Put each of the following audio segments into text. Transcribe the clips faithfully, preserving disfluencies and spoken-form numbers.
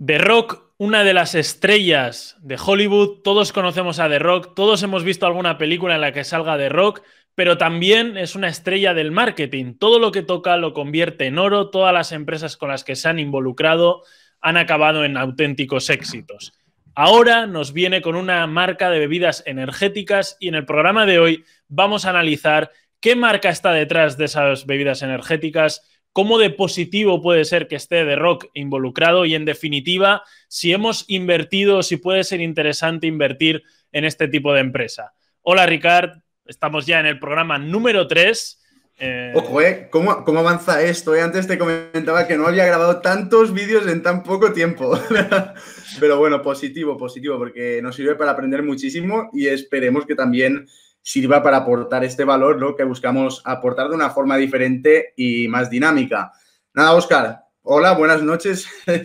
The Rock, una de las estrellas de Hollywood, todos conocemos a The Rock, todos hemos visto alguna película en la que salga The Rock, pero también es una estrella del marketing. Todo lo que toca lo convierte en oro, todas las empresas con las que se han involucrado han acabado en auténticos éxitos. Ahora nos viene con una marca de bebidas energéticas y en el programa de hoy vamos a analizar qué marca está detrás de esas bebidas energéticas, cómo de positivo puede ser que esté The Rock involucrado y, en definitiva, si hemos invertido, si puede ser interesante invertir en este tipo de empresa. Hola, Ricard. Estamos ya en el programa número tres. Eh... Ojo, ¿eh? ¿Cómo, ¿Cómo avanza esto? Eh? Antes te comentaba que no había grabado tantos vídeos en tan poco tiempo. Pero bueno, positivo, positivo, porque nos sirve para aprender muchísimo y esperemos que también sirva para aportar este valor, ¿no? Que buscamos aportar de una forma diferente y más dinámica. Nada, Óscar. Hola, buenas noches.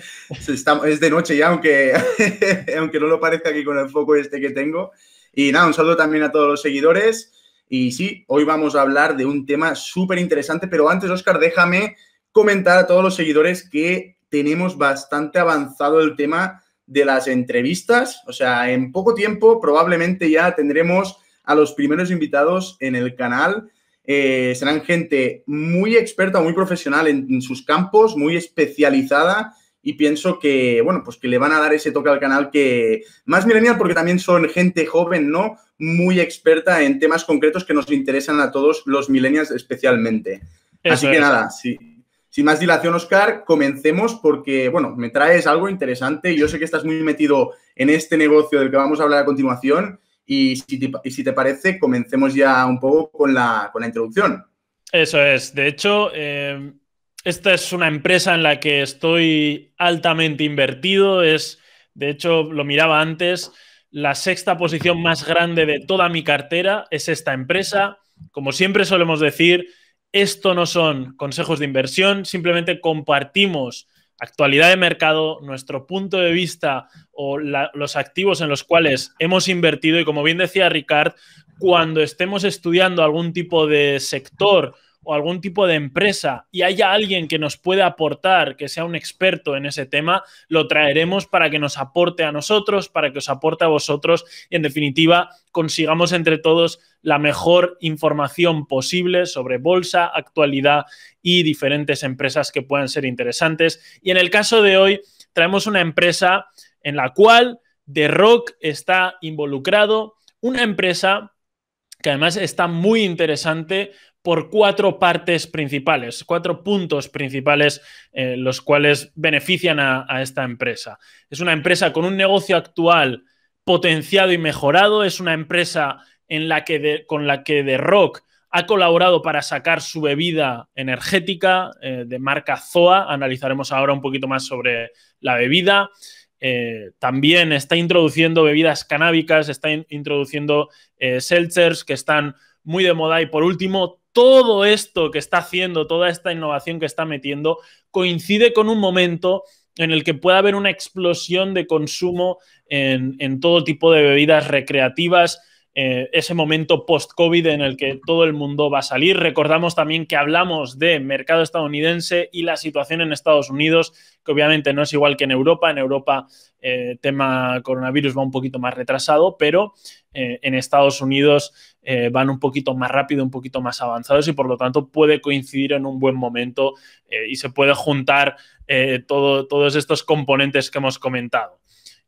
Es de noche ya, aunque, aunque no lo parezca aquí con el foco este que tengo. Y nada, un saludo también a todos los seguidores. Y sí, hoy vamos a hablar de un tema súper interesante, pero antes, Óscar, déjame comentar a todos los seguidores que tenemos bastante avanzado el tema de las entrevistas. O sea, en poco tiempo probablemente ya tendremos a los primeros invitados en el canal. Eh, serán gente muy experta, muy profesional en, en sus campos, muy especializada. Y pienso que, bueno, pues que le van a dar ese toque al canal que más millennial, porque también son gente joven, ¿no? Muy experta en temas concretos que nos interesan a todos los millennials especialmente. Eso Así que es. nada, sí. Sin más dilación, Óscar, comencemos porque, bueno, me traes algo interesante. Yo sé que estás muy metido en este negocio del que vamos a hablar a continuación y si te, y si te parece, comencemos ya un poco con la, con la introducción. Eso es. De hecho... Eh... Esta es una empresa en la que estoy altamente invertido. Es, de hecho, lo miraba antes, la sexta posición más grande de toda mi cartera es esta empresa. Como siempre solemos decir, esto no son consejos de inversión, simplemente compartimos actualidad de mercado, nuestro punto de vista o la, los activos en los cuales hemos invertido. Y como bien decía Ricard, cuando estemos estudiando algún tipo de sector o algún tipo de empresa y haya alguien que nos pueda aportar, que sea un experto en ese tema, lo traeremos para que nos aporte a nosotros, para que os aporte a vosotros y, en definitiva, consigamos entre todos la mejor información posible sobre bolsa, actualidad y diferentes empresas que puedan ser interesantes. Y en el caso de hoy traemos una empresa en la cual The Rock está involucrado, una empresa que además está muy interesante por cuatro partes principales, cuatro puntos principales eh, los cuales benefician a, a esta empresa. Es una empresa con un negocio actual potenciado y mejorado, es una empresa en la que de, con la que The Rock ha colaborado para sacar su bebida energética eh, de marca Zoa. Analizaremos ahora un poquito más sobre la bebida. Eh, también está introduciendo bebidas canábicas, está in introduciendo eh, seltzers que están muy de moda. Y por último, todo esto que está haciendo, toda esta innovación que está metiendo, coincide con un momento en el que puede haber una explosión de consumo en, en todo tipo de bebidas recreativas. Eh, ese momento post-COVID en el que todo el mundo va a salir. Recordamos también que hablamos de mercado estadounidense y la situación en Estados Unidos, que obviamente no es igual que en Europa. En Europa eh, tema coronavirus va un poquito más retrasado, pero eh, en Estados Unidos eh, van un poquito más rápido, un poquito más avanzados y por lo tanto puede coincidir en un buen momento eh, y se puede juntar eh, todo, todos estos componentes que hemos comentado.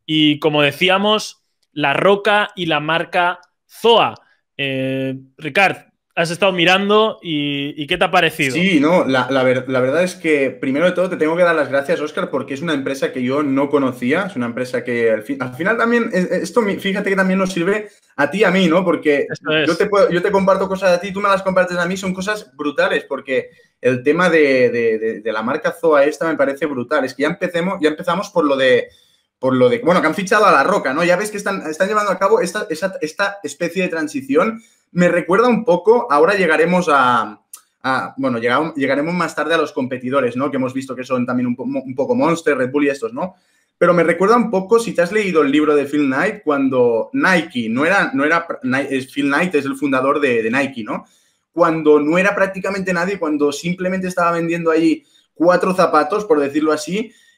Y como decíamos, La Roca y la marca Zoa. Eh, Ricard, has estado mirando y, y ¿qué te ha parecido? Sí, no, la, la, ver, la verdad es que primero de todo te tengo que dar las gracias, Óscar, porque es una empresa que yo no conocía, es una empresa que al, fin, al final también, esto fíjate que también nos sirve a ti y a mí, ¿no? Porque es. yo, te puedo, yo te comparto cosas a ti, tú me las compartes a mí, son cosas brutales, porque el tema de, de, de, de la marca Zoa esta me parece brutal, es que ya, empecemos, ya empezamos por lo de... Por lo de, bueno, que han fichado a La Roca, ¿no? Ya ves que están, están llevando a cabo esta, esta, esta especie de transición. Me recuerda un poco, ahora llegaremos a, a bueno, llegamos, llegaremos más tarde a los competidores, ¿no? Que hemos visto que son también un, po, un poco Monster, Red Bull y estos, ¿no? Pero me recuerda un poco, si te has leído el libro de Phil Knight, cuando Nike, no era, no era Phil Knight es el fundador de, de Nike, ¿no? Cuando no era prácticamente nadie, cuando simplemente estaba vendiendo ahí cuatro zapatos, por decirlo así,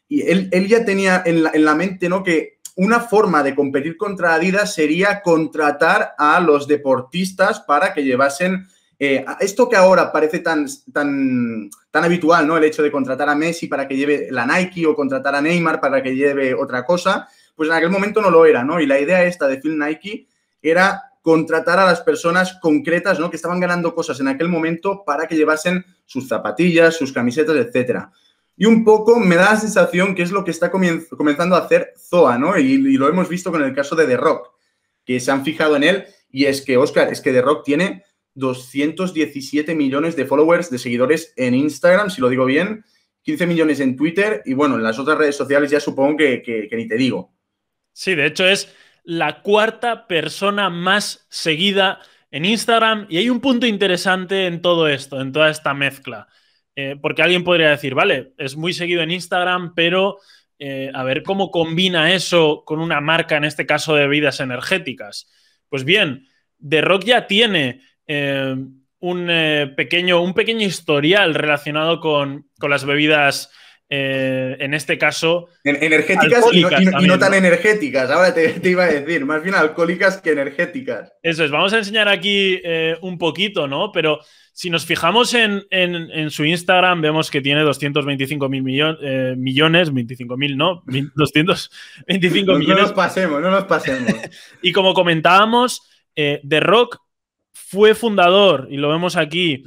y él, él ya tenía en la, en la mente, ¿no?, que una forma de competir contra Adidas sería contratar a los deportistas para que llevasen eh, esto que ahora parece tan, tan, tan habitual, ¿no?, el hecho de contratar a Messi para que lleve la Nike o contratar a Neymar para que lleve otra cosa, pues en aquel momento no lo era, ¿no? Y la idea esta de Phil Nike era contratar a las personas concretas, ¿no?, que estaban ganando cosas en aquel momento para que llevasen sus zapatillas, sus camisetas, etcétera. Y un poco me da la sensación que es lo que está comenzando a hacer Zoa, ¿no? Y, y lo hemos visto con el caso de The Rock, que se han fijado en él. Y es que, Óscar, es que The Rock tiene doscientos diecisiete millones de followers, de seguidores en Instagram, si lo digo bien, quince millones en Twitter y, bueno, en las otras redes sociales ya supongo que, que, que ni te digo. Sí, de hecho es la cuarta persona más seguida en Instagram y hay un punto interesante en todo esto, en toda esta mezcla. Eh, porque alguien podría decir, vale, es muy seguido en Instagram, pero eh, a ver cómo combina eso con una marca, en este caso de bebidas energéticas. Pues bien, The Rock ya tiene eh, un, eh, pequeño, un pequeño historial relacionado con, con las bebidas, eh, en este caso, energéticas y no, y, no, también, y no tan ¿no? energéticas. Ahora te, te iba a decir, más bien alcohólicas que energéticas. Eso es, vamos a enseñar aquí eh, un poquito, ¿no? Pero si nos fijamos en, en, en su Instagram, vemos que tiene doscientos veinticinco mil millones, eh, millones, veinticinco mil, ¿no? doscientos veinticinco no, millones. No nos pasemos, no nos pasemos. Y como comentábamos, eh, The Rock fue fundador, y lo vemos aquí,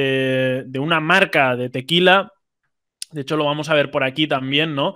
de, de una marca de tequila. De hecho, lo vamos a ver por aquí también, ¿no?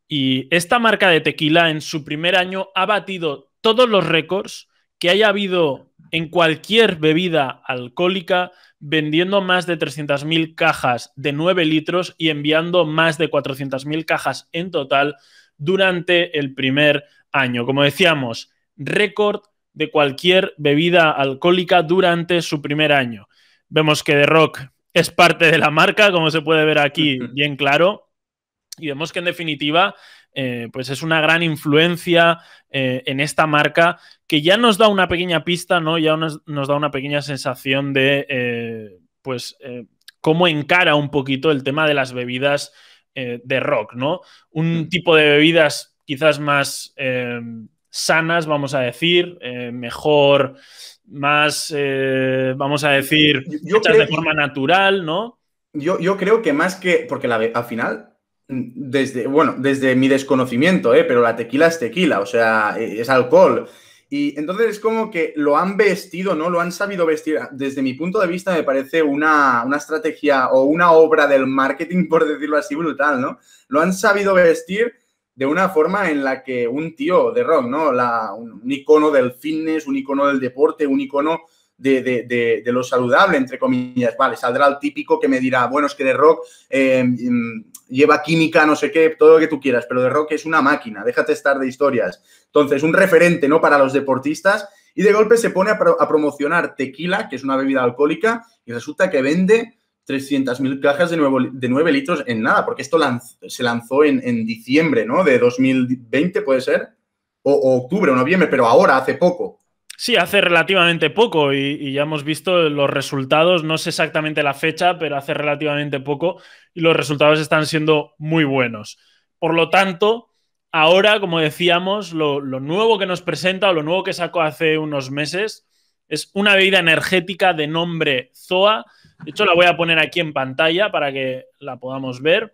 Y esta marca de tequila en su primer año ha batido todos los récords que haya habido en cualquier bebida alcohólica, vendiendo más de trescientas mil cajas de nueve litros y enviando más de cuatrocientas mil cajas en total durante el primer año. Como decíamos, récord de cualquier bebida alcohólica durante su primer año. Vemos que The Rock es parte de la marca, como se puede ver aquí bien claro, y vemos que en definitiva eh, pues es una gran influencia eh, en esta marca que ya nos da una pequeña pista, ¿no? Ya nos, nos da una pequeña sensación de eh, pues eh, cómo encara un poquito el tema de las bebidas eh, de rock, ¿no? Un tipo de bebidas quizás más eh, sanas, vamos a decir, eh, mejor, más, eh, vamos a decir, yo hechas creo, de forma natural, ¿no? Yo, yo creo que más que, porque la, al final, desde, bueno, desde mi desconocimiento, ¿eh? Pero la tequila es tequila, o sea, es alcohol. Y entonces es como que lo han vestido, ¿no? Lo han sabido vestir. Desde mi punto de vista me parece una, una estrategia o una obra del marketing, por decirlo así, brutal, ¿no? Lo han sabido vestir de una forma en la que un tío de rock, ¿no? La, un, un icono del fitness, un icono del deporte, un icono de, de, de, de lo saludable, entre comillas. Vale, saldrá el típico que me dirá, bueno, es que The Rock eh, lleva química, no sé qué, todo lo que tú quieras, pero The Rock es una máquina, déjate estar de historias. Entonces, un referente, ¿no?, para los deportistas, y de golpe se pone a, pro a promocionar tequila, que es una bebida alcohólica, y resulta que vende trescientas mil cajas de, nuevo, de nueve litros en nada, porque esto lanz, se lanzó en, en diciembre, ¿no?, de dos mil veinte, puede ser, o, o octubre o noviembre, pero ahora, hace poco. Sí, hace relativamente poco y, y ya hemos visto los resultados, no sé exactamente la fecha, pero hace relativamente poco y los resultados están siendo muy buenos. Por lo tanto, ahora, como decíamos, lo, lo nuevo que nos presenta o lo nuevo que sacó hace unos meses es una bebida energética de nombre Zoa. De hecho, la voy a poner aquí en pantalla para que la podamos ver.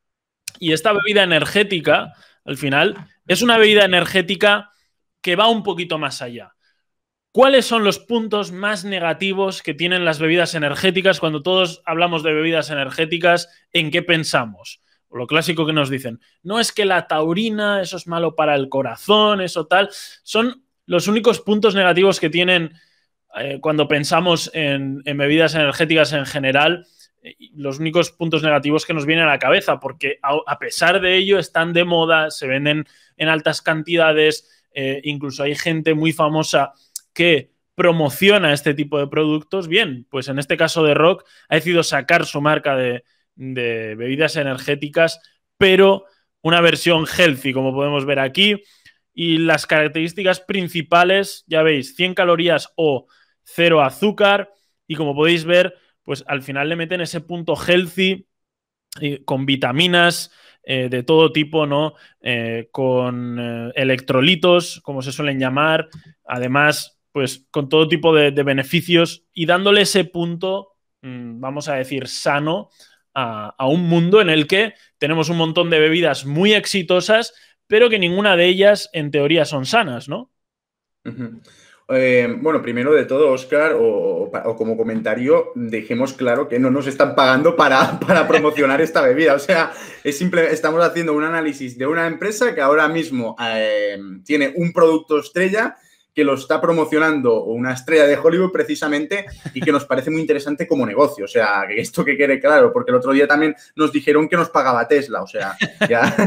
Y esta bebida energética, al final, es una bebida energética que va un poquito más allá. ¿Cuáles son los puntos más negativos que tienen las bebidas energéticas? Cuando todos hablamos de bebidas energéticas, ¿en qué pensamos? O lo clásico que nos dicen, no es que la taurina, eso es malo para el corazón, eso tal. Son los únicos puntos negativos que tienen eh, cuando pensamos en, en bebidas energéticas en general, eh, los únicos puntos negativos que nos vienen a la cabeza, porque a, a pesar de ello están de moda, se venden en altas cantidades, eh, incluso hay gente muy famosa que promociona este tipo de productos. Bien, pues en este caso The Rock ha decidido sacar su marca de, de bebidas energéticas, pero una versión healthy, como podemos ver aquí. Y las características principales, ya veis, cien calorías o cero azúcar. Y como podéis ver, pues al final le meten ese punto healthy eh, con vitaminas, eh, de todo tipo, ¿no? Eh, con eh, electrolitos, como se suelen llamar, además, pues con todo tipo de, de beneficios y dándole ese punto, mmm, vamos a decir, sano a, a un mundo en el que tenemos un montón de bebidas muy exitosas, pero que ninguna de ellas, en teoría, son sanas, ¿no? Uh-huh. Eh, bueno, primero de todo, Óscar, o, o, como comentario, dejemos claro que no nos están pagando para, para promocionar esta bebida. O sea, es simple, estamos haciendo un análisis de una empresa que ahora mismo eh, tiene un producto estrella que lo está promocionando una estrella de Hollywood precisamente y que nos parece muy interesante como negocio. O sea, que esto que quede claro, porque el otro día también nos dijeron que nos pagaba Tesla. O sea, ya.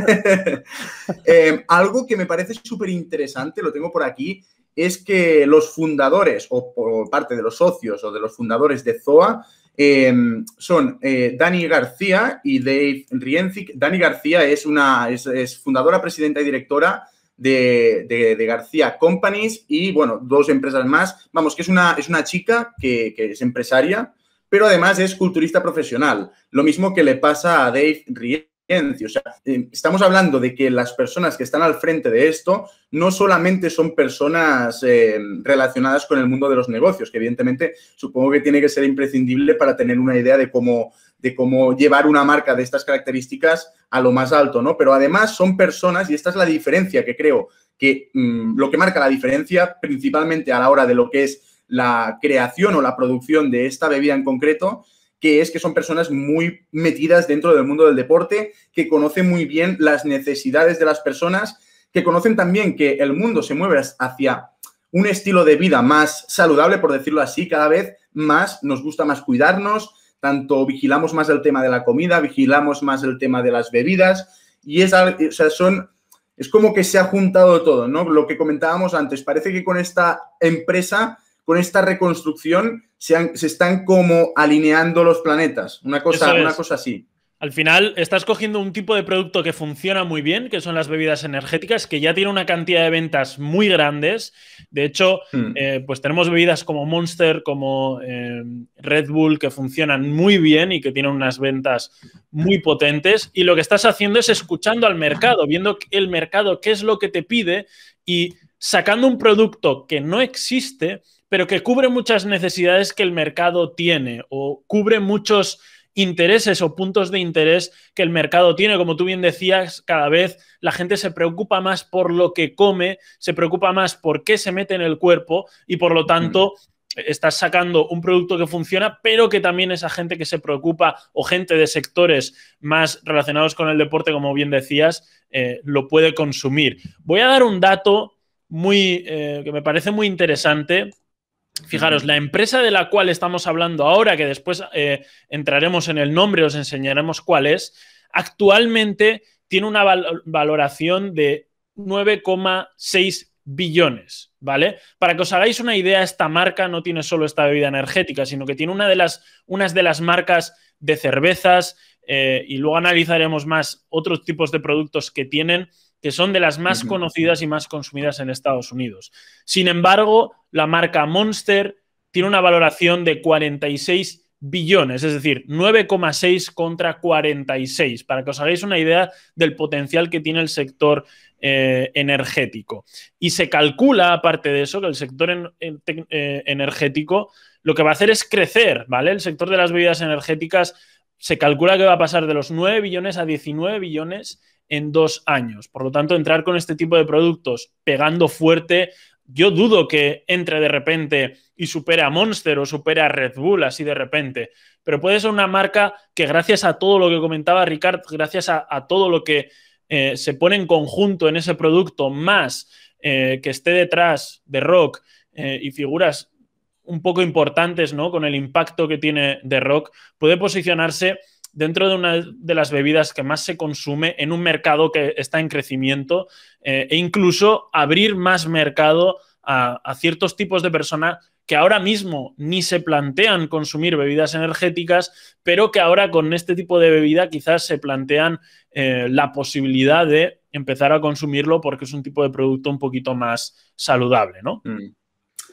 eh, algo que me parece súper interesante, lo tengo por aquí, es que los fundadores, o por parte de los socios o de los fundadores de Z O A, eh, son eh, Dani García y Dave Rienzik. Dani García es, una, es, es fundadora, presidenta y directora de, de, de García Companies y, bueno, dos empresas más. Vamos, que es una, es una chica que, que es empresaria, pero además es culturista profesional. Lo mismo que le pasa a Dave Rienzik. O sea, estamos hablando de que las personas que están al frente de esto no solamente son personas eh, relacionadas con el mundo de los negocios, que evidentemente supongo que tiene que ser imprescindible para tener una idea de cómo, de cómo llevar una marca de estas características a lo más alto, ¿no? Pero además son personas, y esta es la diferencia que creo que mmm, lo que marca la diferencia principalmente a la hora de lo que es la creación o la producción de esta bebida en concreto, que es que son personas muy metidas dentro del mundo del deporte, que conocen muy bien las necesidades de las personas, que conocen también que el mundo se mueve hacia un estilo de vida más saludable, por decirlo así, cada vez más nos gusta más cuidarnos, tanto vigilamos más el tema de la comida, vigilamos más el tema de las bebidas, y es, o sea, son, es como que se ha juntado todo, ¿no? Lo que comentábamos antes, parece que con esta empresa, con esta reconstrucción, se, han, se están como alineando los planetas, una cosa, una cosa así. Al final estás cogiendo un tipo de producto que funciona muy bien, que son las bebidas energéticas, que ya tiene una cantidad de ventas muy grandes. De hecho, hmm. eh, pues tenemos bebidas como Monster, como eh, Red Bull, que funcionan muy bien y que tienen unas ventas muy potentes. Y lo que estás haciendo es escuchando al mercado, viendo el mercado qué es lo que te pide y sacando un producto que no existe, pero que cubre muchas necesidades que el mercado tiene o cubre muchos intereses o puntos de interés que el mercado tiene. Como tú bien decías, cada vez la gente se preocupa más por lo que come, se preocupa más por qué se mete en el cuerpo y, por lo tanto, mm. estás sacando un producto que funciona, pero que también esa gente que se preocupa o gente de sectores más relacionados con el deporte, como bien decías, eh, lo puede consumir. Voy a dar un dato muy, eh, que me parece muy interesante. Fijaros, la empresa de la cual estamos hablando ahora, que después eh, entraremos en el nombre, os enseñaremos cuál es, actualmente tiene una val- valoración de nueve coma seis billones, ¿vale? Para que os hagáis una idea, esta marca no tiene solo esta bebida energética, sino que tiene una de las, unas de las marcas de cervezas eh, y luego analizaremos más otros tipos de productos que tienen, que son de las más conocidas y más consumidas en Estados Unidos. Sin embargo, la marca Monster tiene una valoración de cuarenta y seis billones, es decir, nueve coma seis contra cuarenta y seis, para que os hagáis una idea del potencial que tiene el sector eh, energético. Y se calcula, aparte de eso, que el sector en, en, eh, energético lo que va a hacer es crecer, ¿vale? El sector de las bebidas energéticas se calcula que va a pasar de los nueve billones a diecinueve billones en dos años. Por lo tanto, entrar con este tipo de productos pegando fuerte, yo dudo que entre de repente y supere a Monster o supere a Red Bull así de repente, pero puede ser una marca que, gracias a todo lo que comentaba Ricard, gracias a, a todo lo que eh, se pone en conjunto en ese producto, más eh, que esté detrás de Rock eh, y figuras un poco importantes, ¿no?, con el impacto que tiene The Rock, puede posicionarse dentro de una de las bebidas que más se consume en un mercado que está en crecimiento eh, e incluso abrir más mercado a, a ciertos tipos de personas que ahora mismo ni se plantean consumir bebidas energéticas, pero que ahora con este tipo de bebida quizás se plantean eh, la posibilidad de empezar a consumirlo porque es un tipo de producto un poquito más saludable, ¿no? Mm.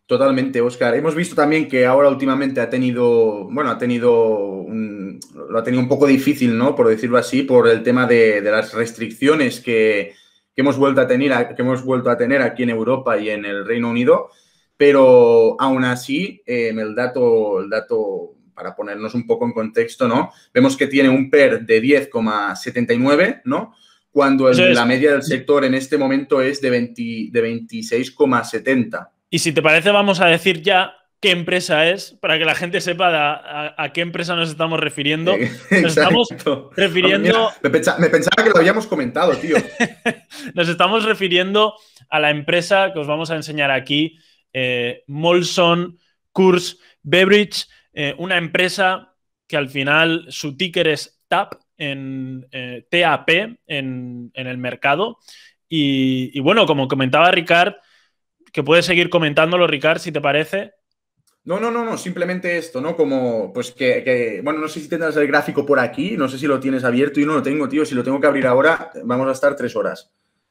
Totalmente, Óscar. Hemos visto también que ahora últimamente ha tenido, bueno, ha tenido un, lo ha tenido un poco difícil, ¿no? Por decirlo así, por el tema de, de las restricciones que, que hemos vuelto a tener, que hemos vuelto a tener aquí en Europa y en el Reino Unido. Pero aún así, eh, el dato, el dato, para ponernos un poco en contexto, ¿no? Vemos que tiene un P E R de diez coma setenta y nueve, ¿no? Cuando el, es. la media del sector en este momento es de, veinte, de veintiséis coma setenta. Y si te parece, vamos a decir ya qué empresa es, para que la gente sepa a, a, a qué empresa nos estamos refiriendo. Eh, Nos estamos refiriendo... Mira, me, pensaba, me pensaba que lo habíamos comentado, tío. Nos estamos refiriendo a la empresa que os vamos a enseñar aquí, eh, Molson Coors Beverage, eh, una empresa que al final su ticker es T A P, en, eh, T A P en, en el mercado. Y, y bueno, como comentaba Ricard, que puedes seguir comentándolo, Ricard, si te parece. No, no, no, no, simplemente esto, ¿no? Como, pues que, que, bueno, no sé si tendrás el gráfico por aquí, no sé si lo tienes abierto, yo no lo tengo, tío, si lo tengo que abrir ahora, vamos a estar tres horas.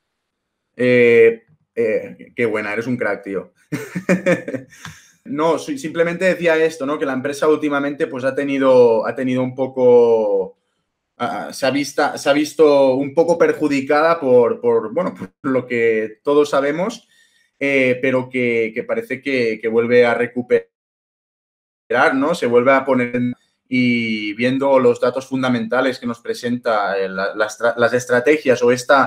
Eh, eh, qué buena, eres un crack, tío. No, simplemente decía esto, ¿no? Que la empresa últimamente, pues ha tenido, ha tenido un poco... Uh, se, ha vista, se ha visto un poco perjudicada por, por, bueno, por lo que todos sabemos, eh, pero que, que parece que, que vuelve a recuperar, ¿no? Se vuelve a poner y viendo los datos fundamentales que nos presenta eh, la, las, las estrategias o esta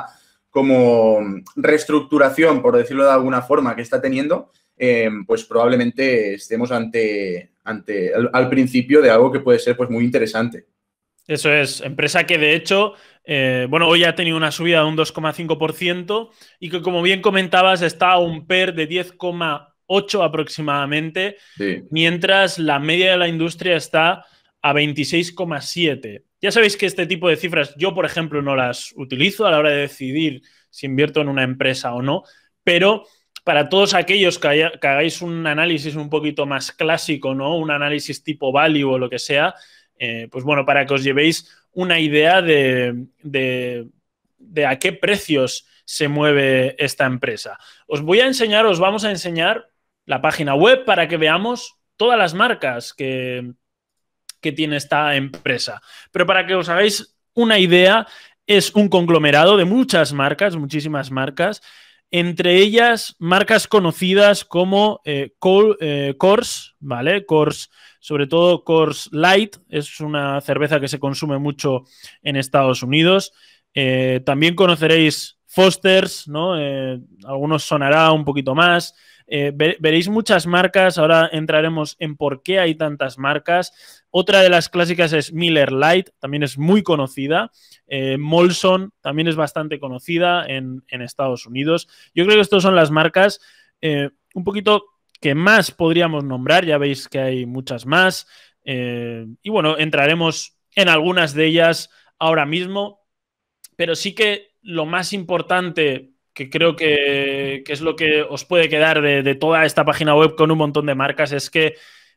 como reestructuración, por decirlo de alguna forma, que está teniendo, eh, pues probablemente estemos ante, ante al, al principio de algo que puede ser pues muy interesante. Eso es, empresa que de hecho, eh, bueno, hoy ha tenido una subida de un dos coma cinco por ciento y que, como bien comentabas, está a un P E R de diez coma ocho aproximadamente, sí. Mientras la media de la industria está a veintiséis coma siete. Ya sabéis que este tipo de cifras yo, por ejemplo, no las utilizo a la hora de decidir si invierto en una empresa o no, pero para todos aquellos que, haya, que hagáis un análisis un poquito más clásico, ¿no? Un análisis tipo value o lo que sea, Eh, pues bueno, para que os llevéis una idea de, de, de a qué precios se mueve esta empresa. Os voy a enseñar, os vamos a enseñar la página web para que veamos todas las marcas que, que tiene esta empresa. Pero para que os hagáis una idea, es un conglomerado de muchas marcas, muchísimas marcas, entre ellas marcas conocidas como eh, eh, Coors, ¿vale? Coors, sobre todo Coors Light, es una cerveza que se consume mucho en Estados Unidos. Eh, también conoceréis Foster's, ¿no? Eh, algunos sonará un poquito más. Eh, ver, veréis muchas marcas, ahora entraremos en por qué hay tantas marcas. Otra de las clásicas es Miller Lite, también es muy conocida. Eh, Molson también es bastante conocida en, en Estados Unidos. Yo creo que estas son las marcas eh, un poquito que más podríamos nombrar, ya veis que hay muchas más. Eh, y bueno, entraremos en algunas de ellas ahora mismo, pero sí que lo más importante, que creo que, que es lo que os puede quedar de, de toda esta página web con un montón de marcas, es que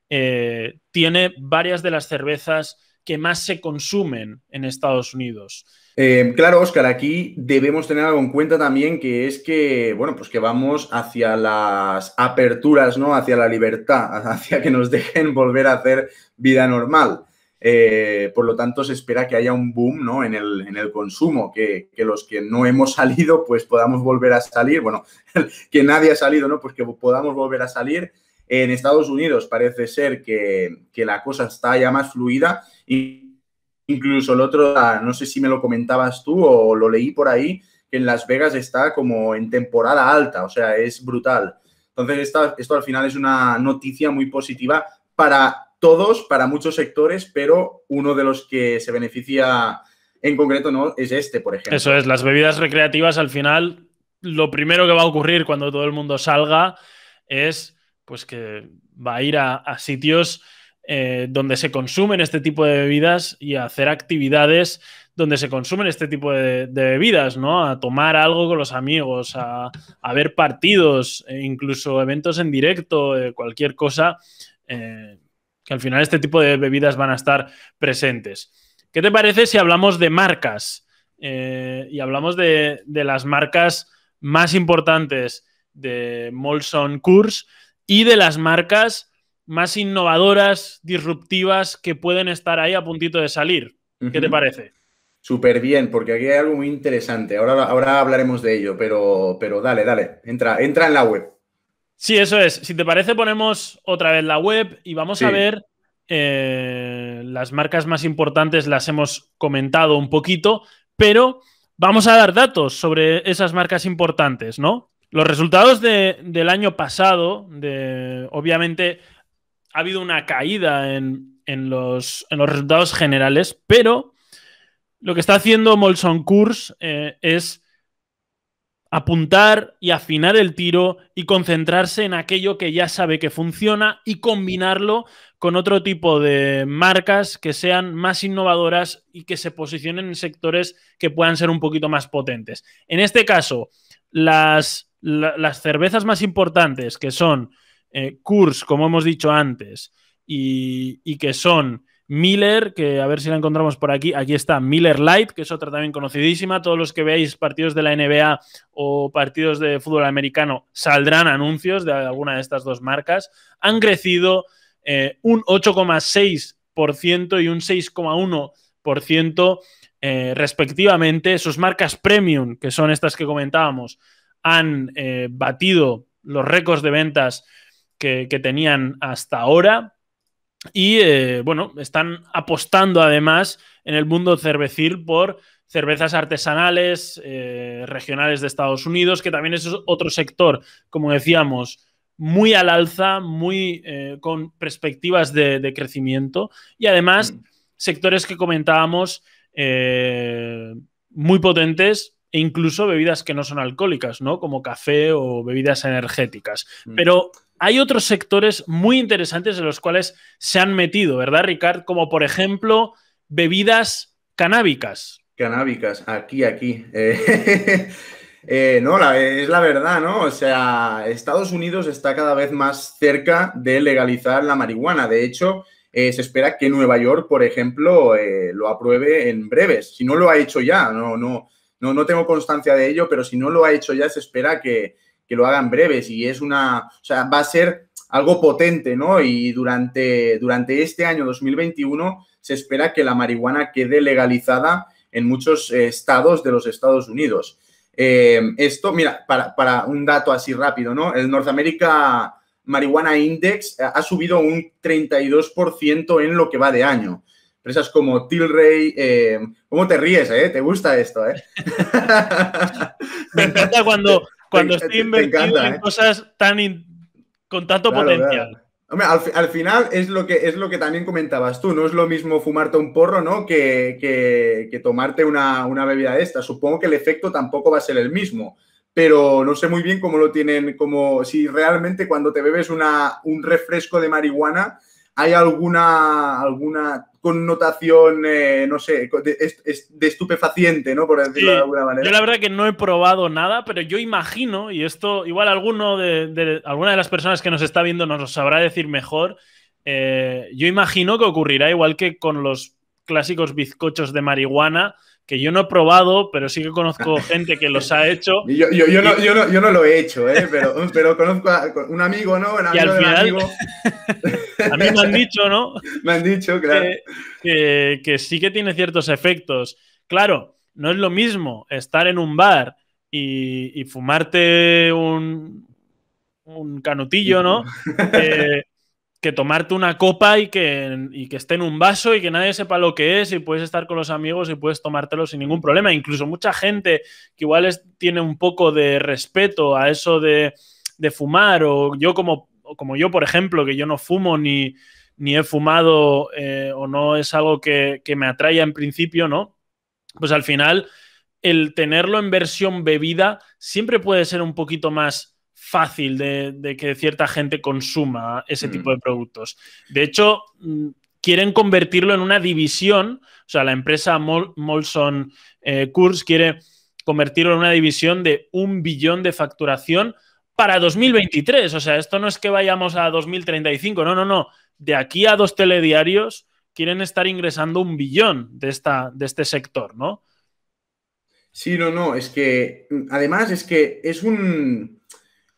eh, tiene varias de las cervezas que más se consumen en Estados Unidos. Eh, claro, Óscar, aquí debemos tener algo en cuenta también, que es que, bueno, pues que vamos hacia las aperturas, ¿no? Hacia la libertad, hacia que nos dejen volver a hacer vida normal. Eh, por lo tanto, se espera que haya un boom, ¿no? en, el, en el consumo, que, que los que no hemos salido, pues podamos volver a salir. Bueno, que nadie ha salido, ¿no? Pues que podamos volver a salir. En Estados Unidos parece ser que, que la cosa está ya más fluida y incluso el otro, no sé si me lo comentabas tú o lo leí por ahí, que en Las Vegas está como en temporada alta, o sea, es brutal. Entonces, esto, esto al final es una noticia muy positiva para todos, para muchos sectores, pero uno de los que se beneficia en concreto, ¿no?, es este, por ejemplo. Eso es, las bebidas recreativas al final, lo primero que va a ocurrir cuando todo el mundo salga es pues que va a ir a, a sitios eh, donde se consumen este tipo de bebidas y a hacer actividades donde se consumen este tipo de, de bebidas, ¿no? A tomar algo con los amigos, a, a ver partidos, e incluso eventos en directo, eh, cualquier cosa, eh, que al final este tipo de bebidas van a estar presentes. ¿Qué te parece si hablamos de marcas? Eh, y hablamos de, de las marcas más importantes de Molson Coors y de las marcas más innovadoras, disruptivas, que pueden estar ahí a puntito de salir. ¿Qué Uh-huh. te parece? Súper bien, porque aquí hay algo muy interesante. Ahora, ahora hablaremos de ello, pero, pero dale, dale, entra, entra en la web. Sí, eso es. Si te parece, ponemos otra vez la web y vamos a Sí. ver eh, las marcas más importantes, las hemos comentado un poquito, pero vamos a dar datos sobre esas marcas importantes, ¿no? Los resultados de, del año pasado, de, obviamente, ha habido una caída en, en, los, en los resultados generales, pero lo que está haciendo Molson Coors eh, es apuntar y afinar el tiro y concentrarse en aquello que ya sabe que funciona y combinarlo con otro tipo de marcas que sean más innovadoras y que se posicionen en sectores que puedan ser un poquito más potentes. En este caso, las, la, las cervezas más importantes, que son eh, Coors, como hemos dicho antes, y, y que son Miller, que a ver si la encontramos por aquí. Aquí está Miller Lite, que es otra también conocidísima. Todos los que veáis partidos de la N B A o partidos de fútbol americano saldrán anuncios de alguna de estas dos marcas. Han crecido eh, un ocho coma seis por ciento y un seis coma uno por ciento eh, respectivamente. Sus marcas premium, que son estas que comentábamos, han eh, batido los récords de ventas que, que tenían hasta ahora. Y eh, bueno, están apostando además en el mundo cervecil por cervezas artesanales, eh, regionales de Estados Unidos, que también es otro sector, como decíamos, muy al alza, muy eh, con perspectivas de, de, crecimiento y además mm. sectores que comentábamos eh, muy potentes e incluso bebidas que no son alcohólicas, ¿no? Como café o bebidas energéticas. Mm. Pero hay otros sectores muy interesantes en los cuales se han metido, ¿verdad, Ricard? Como, por ejemplo, bebidas canábicas. Canábicas, aquí, aquí. Eh, eh, no, la, es la verdad, ¿no? O sea, Estados Unidos está cada vez más cerca de legalizar la marihuana. De hecho, eh, se espera que Nueva York, por ejemplo, eh, lo apruebe en breves. Si no lo ha hecho ya, no, no, no, no tengo constancia de ello, pero si no lo ha hecho ya, se espera que... que lo hagan breves y es una, o sea, va a ser algo potente, ¿no? Y durante, durante este año dos mil veintiuno se espera que la marihuana quede legalizada en muchos eh, estados de los Estados Unidos. Eh, esto, mira, para, para un dato así rápido, ¿no? El North America Marijuana Index ha subido un treinta y dos por ciento en lo que va de año. Empresas como Tilray, eh, ¿cómo te ríes, eh? ¿Te gusta esto, eh? Me encanta cuando... Cuando te, estoy te, invertido te encanta, en ¿eh? cosas tan in... con tanto claro, potencial. Claro. Hombre, al, al, final es lo, que, es lo que también comentabas tú. No es lo mismo fumarte un porro, ¿no? Que, que, que tomarte una, una bebida de esta. Supongo que el efecto tampoco va a ser el mismo. Pero no sé muy bien cómo lo tienen, como si realmente cuando te bebes una, un refresco de marihuana hay alguna, alguna connotación, eh, no sé, de, de estupefaciente, ¿no? Por decirlo sí, de alguna manera. Yo la verdad que no he probado nada, pero yo imagino, y esto igual alguno de, de alguna de las personas que nos está viendo nos lo sabrá decir mejor, eh, yo imagino que ocurrirá igual que con los clásicos bizcochos de marihuana, que yo no he probado, pero sí que conozco gente que los ha hecho. Yo, yo, yo, no, yo, no, yo no lo he hecho, ¿eh? pero, pero conozco a un amigo, ¿no? Un amigo y al final, amigo. a mí me han dicho, ¿no? Me han dicho, claro. Que, que, que sí que tiene ciertos efectos. Claro, no es lo mismo estar en un bar y, y fumarte un, un canutillo, ¿no? Que, que tomarte una copa y que, y que esté en un vaso y que nadie sepa lo que es y puedes estar con los amigos y puedes tomártelo sin ningún problema. Incluso mucha gente que igual es, tiene un poco de respeto a eso de, de fumar, o yo como, como yo, por ejemplo, que yo no fumo ni, ni he fumado eh, o no es algo que, que me atraiga en principio, ¿no? Pues al final el tenerlo en versión bebida siempre puede ser un poquito más fácil de, de que cierta gente consuma ese mm. tipo de productos. De hecho, quieren convertirlo en una división, o sea, la empresa Mol Molson eh, Coors quiere convertirlo en una división de un billón de facturación para dos mil veintitrés. O sea, esto no es que vayamos a dos mil treinta y cinco, no, no, no. De aquí a dos telediarios quieren estar ingresando un billón de, esta, de este sector, ¿no? Sí, no, no, es que además es que es un...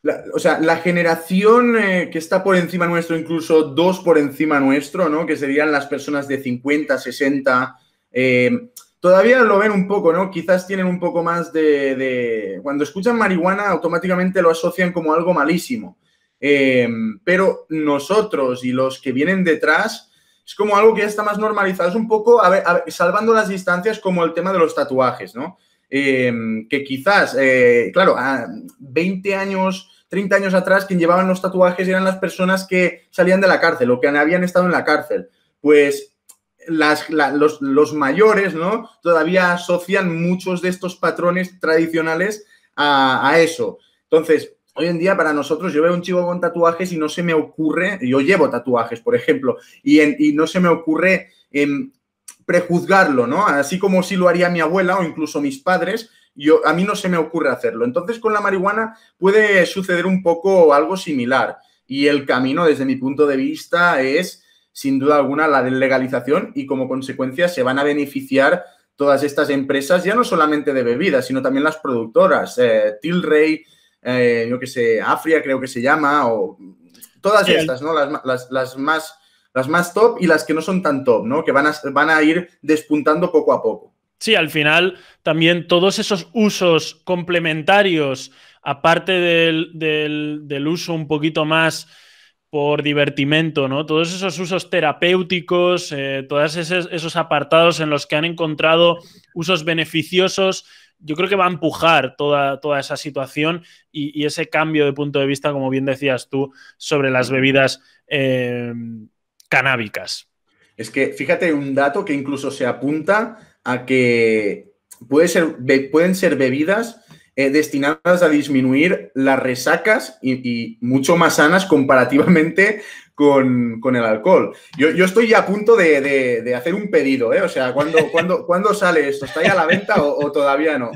La, o sea, la generación eh, que está por encima nuestro, incluso dos por encima nuestro, ¿no? Que serían las personas de cincuenta, sesenta, eh, todavía lo ven un poco, ¿no? Quizás tienen un poco más de, de... Cuando escuchan marihuana, automáticamente lo asocian como algo malísimo. Eh, pero nosotros y los que vienen detrás, es como algo que ya está más normalizado. Es un poco, a ver, a ver, salvando las distancias, como el tema de los tatuajes, ¿no? Eh, que quizás, eh, claro, a veinte años, treinta años atrás, quien llevaban los tatuajes eran las personas que salían de la cárcel o que habían estado en la cárcel. Pues las, la, los, los mayores, ¿no? Todavía asocian muchos de estos patrones tradicionales a, a eso. Entonces, hoy en día para nosotros, yo veo un chico con tatuajes y no se me ocurre, yo llevo tatuajes, por ejemplo, y, en, y no se me ocurre eh, prejuzgarlo, ¿no? Así como si lo haría mi abuela o incluso mis padres, yo, a mí no se me ocurre hacerlo. Entonces, con la marihuana puede suceder un poco algo similar. Y el camino, desde mi punto de vista, es, sin duda alguna, la legalización y, como consecuencia, se van a beneficiar todas estas empresas, ya no solamente de bebidas, sino también las productoras. Eh, Tilray, eh, yo qué sé, Afria creo que se llama, o todas sí, estas, ¿no? Las, las, las más... las más top y las que no son tan top, ¿no? Que van a, van a ir despuntando poco a poco. Sí, al final también todos esos usos complementarios, aparte del, del, del uso un poquito más por divertimento, ¿no? Todos esos usos terapéuticos, eh, todos esos, esos apartados en los que han encontrado usos beneficiosos, yo creo que va a empujar toda, toda esa situación y, y ese cambio de punto de vista, como bien decías tú, sobre las bebidas eh, canábicas. Es que fíjate un dato que incluso se apunta a que puede ser, pueden ser bebidas eh, destinadas a disminuir las resacas y, y mucho más sanas comparativamente con, con el alcohol. Yo, yo estoy ya a punto de, de, de hacer un pedido, ¿eh? O sea, ¿cuándo, ¿cuándo, ¿cuándo sale esto? ¿Está ya a la venta o, o todavía no?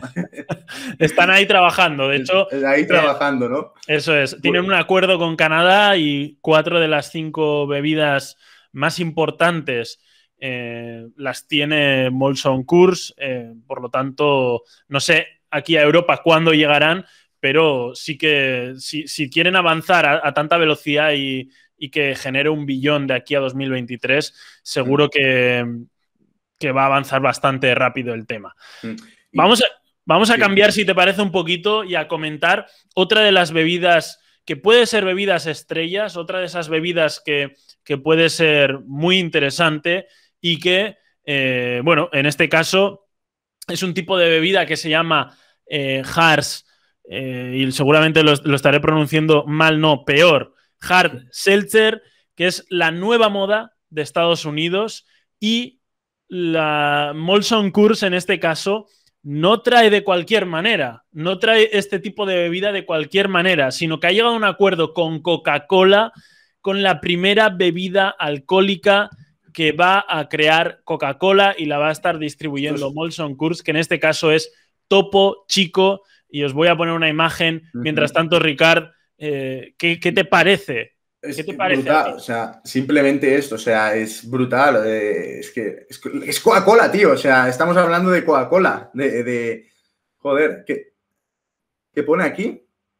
Están ahí trabajando, de hecho. Ahí eh, trabajando, ¿no? Eso es. Tienen un acuerdo con Canadá y cuatro de las cinco bebidas más importantes eh, las tiene Molson Coors. Eh, por lo tanto, no sé aquí a Europa cuándo llegarán, pero sí que si, si quieren avanzar a, a tanta velocidad y, y que genere un billón de aquí a dos mil veintitrés, seguro mm. que, que va a avanzar bastante rápido el tema. Mm. Y, vamos a, vamos a sí. cambiar, si te parece, un poquito y a comentar otra de las bebidas que puede ser bebidas estrellas, otra de esas bebidas que, que puede ser muy interesante y que, eh, bueno, en este caso es un tipo de bebida que se llama eh, Hars, eh, y seguramente lo, lo estaré pronunciando mal, no, peor, Hard Seltzer, que es la nueva moda de Estados Unidos, y la Molson Coors en este caso no trae de cualquier manera, no trae este tipo de bebida de cualquier manera, sino que ha llegado a un acuerdo con Coca-Cola, con la primera bebida alcohólica que va a crear Coca-Cola y la va a estar distribuyendo Molson Coors, que en este caso es Topo Chico, y os voy a poner una imagen. Uh-huh. Mientras tanto, Ricard, eh, ¿qué, ¿qué te parece? Es ¿Qué te parece brutal, o sea, simplemente esto, o sea, es brutal, eh, es que es, es Coca-Cola, tío, o sea, estamos hablando de Coca-Cola, de, de, joder, ¿qué, ¿qué pone aquí?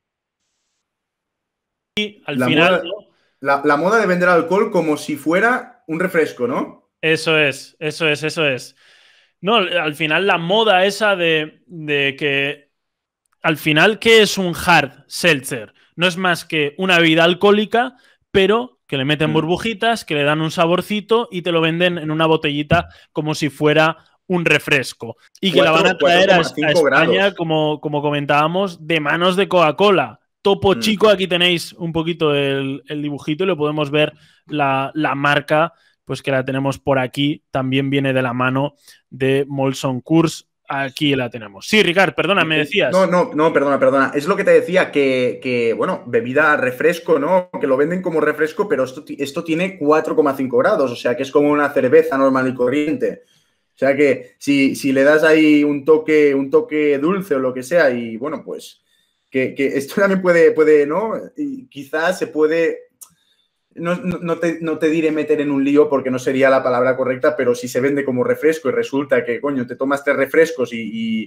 Y al la final... Moda, ¿no? la, la moda de vender alcohol como si fuera un refresco, ¿no? Eso es, eso es, eso es. No, al final la moda esa de, de que, al final, ¿qué es un hard seltzer? No es más que una bebida alcohólica, pero que le meten burbujitas, que le dan un saborcito y te lo venden en una botellita como si fuera un refresco. Y que cuatro, la van a traer a, a España, como, como comentábamos, de manos de Coca-Cola. Topo mm. Chico, aquí tenéis un poquito el, el dibujito y lo podemos ver la, la marca, pues que la tenemos por aquí, también viene de la mano de Molson Coors. Aquí la tenemos. Sí, Ricard, perdona, me decías. No, no, no, perdona, perdona. Es lo que te decía, que, que bueno, bebida refresco, ¿no? Que lo venden como refresco, pero esto, esto tiene cuatro coma cinco grados, o sea que es como una cerveza normal y corriente. O sea que si, si le das ahí un toque, un toque dulce o lo que sea, y bueno, pues que, que esto también puede, puede, ¿no? Y quizás se puede... No, no, te, no te diré meter en un lío porque no sería la palabra correcta, pero si se vende como refresco y resulta que, coño, te tomas tres refrescos y, y,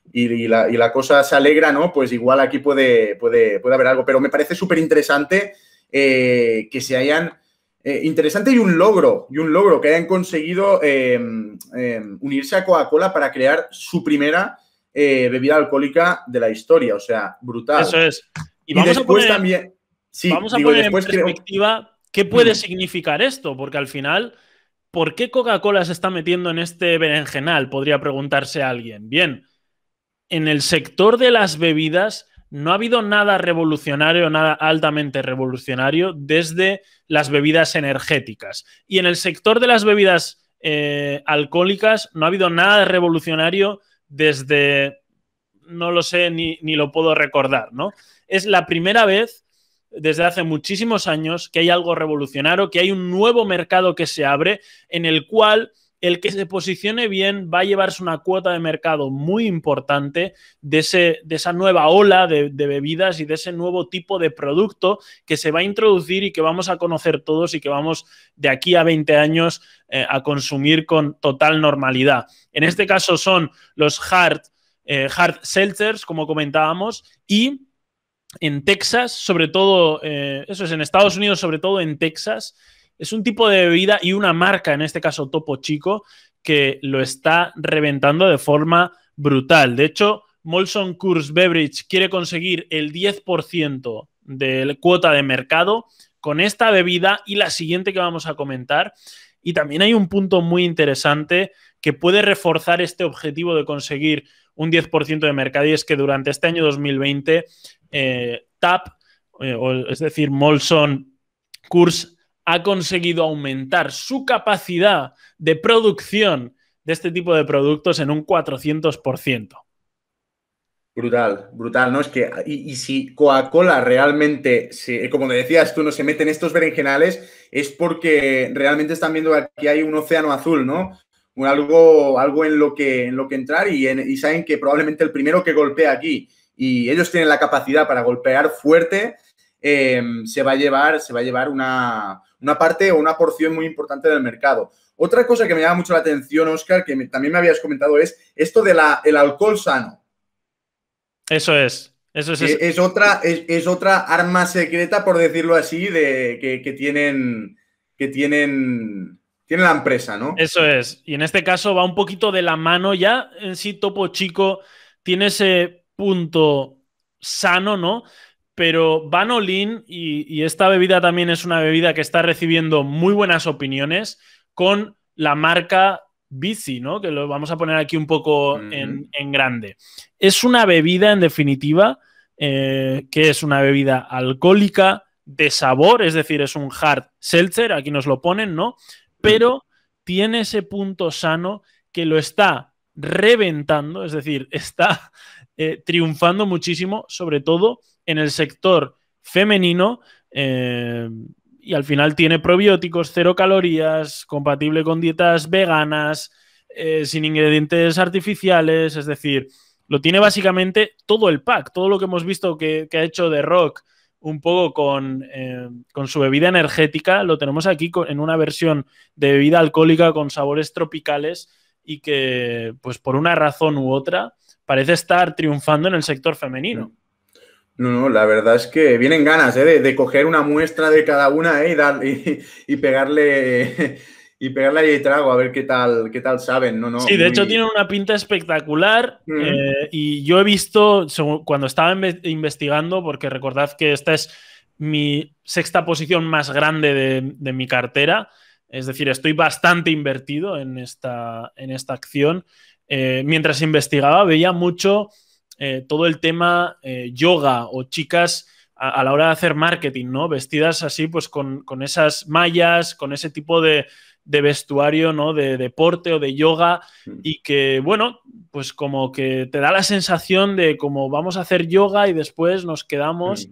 y, y, la, y la cosa se alegra, ¿no? Pues igual aquí puede, puede, puede haber algo. Pero me parece súper interesante eh, que se hayan... Eh, interesante y un logro, y un logro que hayan conseguido eh, eh, unirse a Coca-Cola para crear su primera eh, bebida alcohólica de la historia. O sea, brutal. Eso es. Y, y vamos después a poner, también... Sí, vamos a digo, poner después en perspectiva creo... qué puede Hmm. significar esto, porque al final, ¿por qué Coca-Cola se está metiendo en este berenjenal? Podría preguntarse alguien. Bien, en el sector de las bebidas no ha habido nada revolucionario, nada altamente revolucionario desde las bebidas energéticas. Y en el sector de las bebidas eh, alcohólicas no ha habido nada revolucionario desde, no lo sé ni, ni lo puedo recordar, ¿no? Es la primera vez desde hace muchísimos años que hay algo revolucionario, que hay un nuevo mercado que se abre en el cual el que se posicione bien va a llevarse una cuota de mercado muy importante de, ese, de esa nueva ola de, de bebidas y de ese nuevo tipo de producto que se va a introducir y que vamos a conocer todos y que vamos de aquí a veinte años eh, a consumir con total normalidad. En este caso son los hard, eh, hard seltzers, como comentábamos, y en Texas, sobre todo, eh, eso es, en Estados Unidos, sobre todo en Texas, es un tipo de bebida y una marca, en este caso Topo Chico, que lo está reventando de forma brutal. De hecho, Molson Coors Beverage quiere conseguir el diez por ciento de cuota de mercado con esta bebida y la siguiente que vamos a comentar. Y también hay un punto muy interesante que puede reforzar este objetivo de conseguir un diez por ciento de mercado, y es que durante este año dos mil veinte eh, T A P, eh, o, es decir, Molson Coors, ha conseguido aumentar su capacidad de producción de este tipo de productos en un cuatrocientos por ciento. Brutal, brutal, ¿no? Es que, y, y si Coca-Cola realmente, se, como decías tú, no se mete en estos berenjenales, es porque realmente están viendo que aquí hay un océano azul, ¿no? Algo, algo en, lo que, en lo que entrar y, en, y saben que probablemente el primero que golpea aquí, y ellos tienen la capacidad para golpear fuerte, eh, se va a llevar, se va a llevar una, una parte o una porción muy importante del mercado. Otra cosa que me llama mucho la atención, Óscar, que me, también me habías comentado, es esto del el alcohol sano. Eso es. Eso es, es, es, otra, es, es otra arma secreta, por decirlo así, de, que, que tienen, que tienen, tiene la empresa, ¿no? Eso es. Y en este caso va un poquito de la mano. Ya en sí Topo Chico tiene ese punto sano, ¿no? Pero Van Olin, y, y esta bebida también es una bebida que está recibiendo muy buenas opiniones con la marca Bici, ¿no? Que lo vamos a poner aquí un poco uh-huh. en, en grande. Es una bebida, en definitiva, eh, que es una bebida alcohólica de sabor, es decir, es un hard seltzer, aquí nos lo ponen, ¿no? Pero tiene ese punto sano que lo está reventando, es decir, está eh, triunfando muchísimo, sobre todo en el sector femenino, eh, y al final tiene probióticos, cero calorías, compatible con dietas veganas, eh, sin ingredientes artificiales, es decir, lo tiene básicamente todo el pack, todo lo que hemos visto que, que ha hecho The Rock un poco con, eh, con su bebida energética, lo tenemos aquí con, en una versión de bebida alcohólica con sabores tropicales y que, pues por una razón u otra, parece estar triunfando en el sector femenino. No, no, la verdad es que vienen ganas ¿eh? de, de coger una muestra de cada una ¿eh? y, dar, y, y pegarle y pegarle ahí trago a ver qué tal, qué tal saben. No, no, sí, de muy... hecho tienen una pinta espectacular mm. eh, y yo he visto, cuando estaba investigando, porque recordad que esta es mi sexta posición más grande de, de mi cartera, es decir, estoy bastante invertido en esta, en esta acción. Eh, mientras investigaba veía mucho eh, todo el tema eh, yoga o chicas a, a la hora de hacer marketing, ¿no? Vestidas así, pues con, con esas mallas, con ese tipo de, de vestuario, ¿no? De deporte o de yoga, y que, bueno, pues como que te da la sensación de como vamos a hacer yoga y después nos quedamos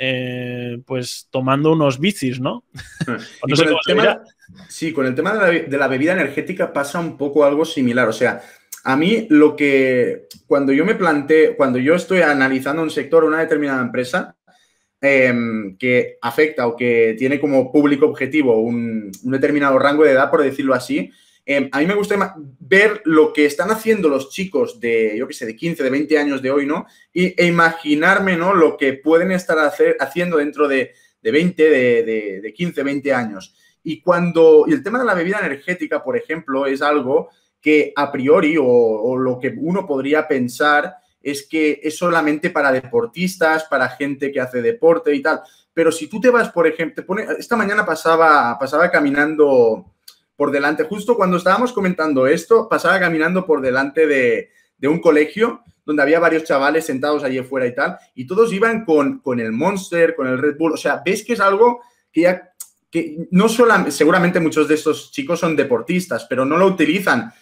eh, pues tomando unos bicis, ¿no? no sé con el tema, sí, con el tema de la, de la bebida energética pasa un poco algo similar, o sea, a mí lo que, cuando yo me planteé, cuando yo estoy analizando un sector, una determinada empresa, eh, que afecta o que tiene como público objetivo un, un determinado rango de edad, por decirlo así, Eh, a mí me gusta ver lo que están haciendo los chicos de, yo qué sé, de quince, de veinte años de hoy, ¿no? Y, e imaginarme, ¿no? Lo que pueden estar hacer, haciendo dentro de, de veinte, de, de, de quince, veinte años. Y cuando, y el tema de la bebida energética, por ejemplo, es algo que a priori, o, o lo que uno podría pensar, es que es solamente para deportistas, para gente que hace deporte y tal. Pero si tú te vas, por ejemplo, te pone, esta mañana pasaba, pasaba caminando por delante, justo cuando estábamos comentando esto, pasaba caminando por delante de, de un colegio donde había varios chavales sentados allí afuera y tal, y todos iban con, con el Monster, con el Red Bull. O sea, ves que es algo que ya, que no solamente, seguramente muchos de estos chicos son deportistas, pero no lo utilizan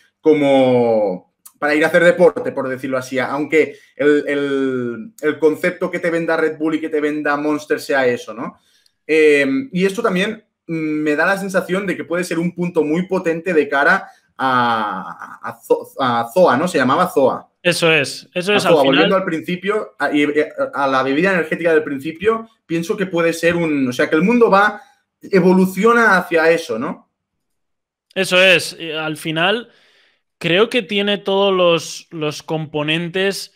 como para ir a hacer deporte, por decirlo así, aunque el, el, el concepto que te venda Red Bull y que te venda Monster sea eso, ¿no? Eh, y esto también me da la sensación de que puede ser un punto muy potente de cara a, a, a Zoa, ¿no? Se llamaba Zoa. Eso es, eso es. A Zoa, al final... volviendo al principio, a, a la bebida energética del principio, pienso que puede ser un... O sea, que el mundo va, evoluciona hacia eso, ¿no? Eso es. Al final, creo que tiene todos los, los componentes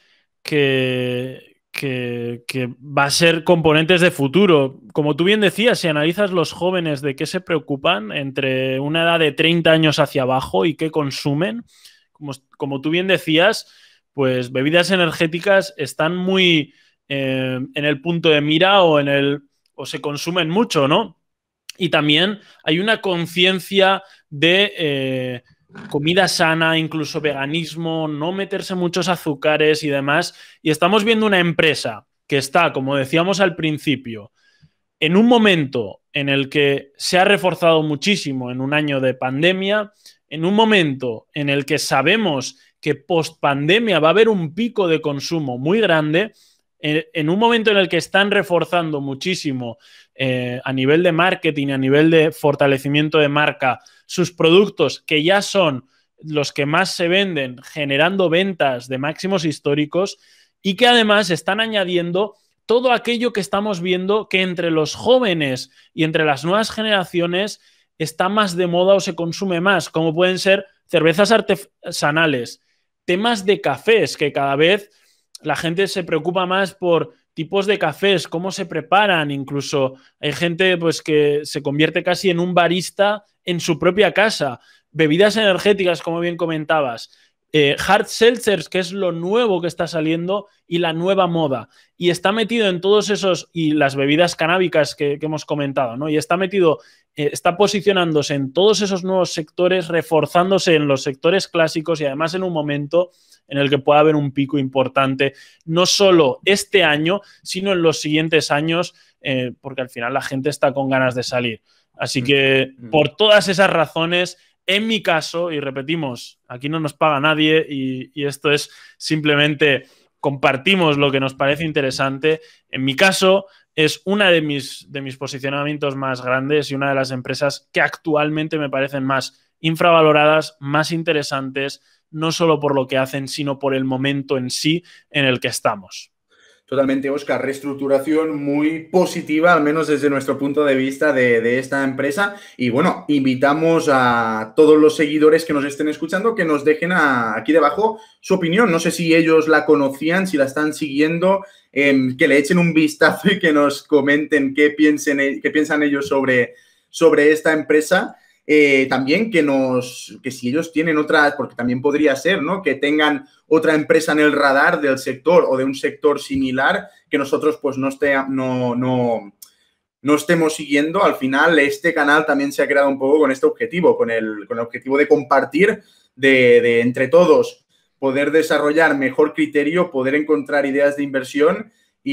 que, que, que va a ser componentes de futuro. Como tú bien decías, si analizas los jóvenes de qué se preocupan entre una edad de treinta años hacia abajo y qué consumen, como, como tú bien decías, pues bebidas energéticas están muy eh, en el punto de mira o, en el, o se consumen mucho, ¿no? Y también hay una conciencia de eh, comida sana, incluso veganismo, no meterse muchos azúcares y demás. Y estamos viendo una empresa que está, como decíamos al principio, en un momento en el que se ha reforzado muchísimo en un año de pandemia, en un momento en el que sabemos que post pandemia va a haber un pico de consumo muy grande, en un momento en el que están reforzando muchísimo eh, a nivel de marketing, a nivel de fortalecimiento de marca, sus productos que ya son los que más se venden, generando ventas de máximos históricos y que además están añadiendo todo aquello que estamos viendo que entre los jóvenes y entre las nuevas generaciones está más de moda o se consume más, como pueden ser cervezas artesanales, temas de cafés, que cada vez la gente se preocupa más por tipos de cafés, cómo se preparan, incluso hay gente pues, que se convierte casi en un barista en su propia casa, bebidas energéticas, como bien comentabas, eh, hard seltzers, que es lo nuevo que está saliendo y la nueva moda, y está metido en todos esos, y las bebidas canábicas que, que hemos comentado, ¿no? Y está metido, eh, está posicionándose en todos esos nuevos sectores, reforzándose en los sectores clásicos y además en un momento en el que pueda haber un pico importante, no solo este año, sino en los siguientes años, eh, porque al final la gente está con ganas de salir. Así que por todas esas razones, en mi caso, y repetimos, aquí no nos paga nadie y, y esto es simplemente compartimos lo que nos parece interesante, en mi caso es una de mis, de mis posicionamientos más grandes y una de las empresas que actualmente me parecen más infravaloradas, más interesantes, no solo por lo que hacen, sino por el momento en sí en el que estamos. Totalmente, Óscar. Reestructuración muy positiva, al menos desde nuestro punto de vista de, de esta empresa. Y bueno, invitamos a todos los seguidores que nos estén escuchando que nos dejen a, aquí debajo su opinión. No sé si ellos la conocían, si la están siguiendo, eh, que le echen un vistazo y que nos comenten qué, piensen, qué piensan ellos sobre, sobre esta empresa. Eh, también que nos, que si ellos tienen otras, porque también podría ser, ¿no? Que tengan otra empresa en el radar del sector o de un sector similar que nosotros pues no, esté, no, no, no estemos siguiendo. Al final este canal también se ha creado un poco con este objetivo, con el, con el objetivo de compartir, de, de entre todos poder desarrollar mejor criterio, poder encontrar ideas de inversión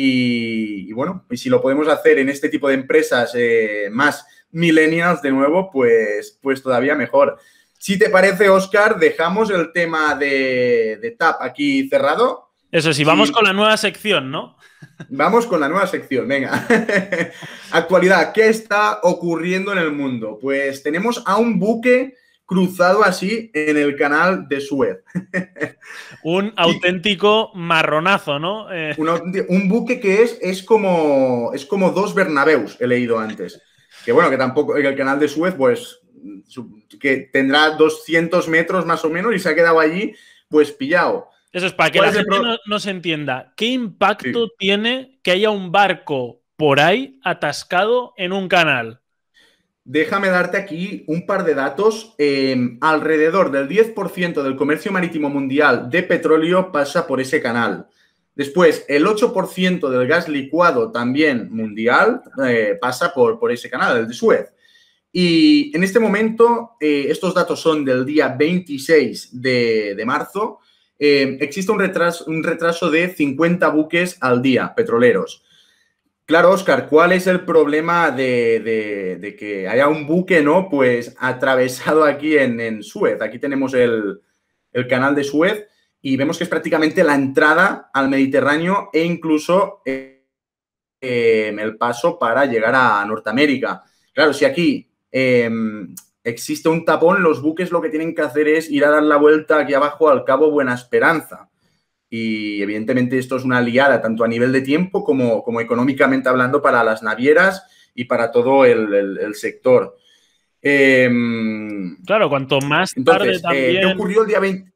y, y bueno, y si lo podemos hacer en este tipo de empresas eh, más millennials de nuevo, pues, pues todavía mejor. Si te parece, Óscar, dejamos el tema de, de T A P aquí cerrado. Eso sí, vamos y... con la nueva sección, ¿no? Vamos con la nueva sección, venga. Actualidad, ¿qué está ocurriendo en el mundo? Pues tenemos a un buque cruzado así en el canal de Suez. Un auténtico marronazo, ¿no? Eh... Un, un buque que es, es, como, es como dos Bernabéus, he leído antes. Que bueno, que tampoco, el canal de Suez, pues que tendrá doscientos metros más o menos y se ha quedado allí pues pillado. Eso es para que la gente no, no se entienda. ¿Qué impacto sí. tiene que haya un barco por ahí atascado en un canal? Déjame darte aquí un par de datos. Eh, alrededor del diez por ciento del comercio marítimo mundial de petróleo pasa por ese canal. Después, el ocho por ciento del gas licuado también mundial eh, pasa por, por ese canal, el de Suez. Y en este momento, eh, estos datos son del día veintiséis de, de marzo, eh, existe un retraso, un retraso de cincuenta buques al día, petroleros. Claro, Óscar, ¿cuál es el problema de, de, de que haya un buque, ¿no? Pues atravesado aquí en, en Suez. Aquí tenemos el, el canal de Suez y vemos que es prácticamente la entrada al Mediterráneo e incluso eh, eh, el paso para llegar a Norteamérica. Claro, si aquí eh, existe un tapón, los buques lo que tienen que hacer es ir a dar la vuelta aquí abajo al Cabo Buena Esperanza. Y evidentemente esto es una liada tanto a nivel de tiempo como, como económicamente hablando para las navieras y para todo el, el, el sector. Eh, claro, cuanto más entonces, tarde también... Eh, ¿qué ocurrió el día veinte?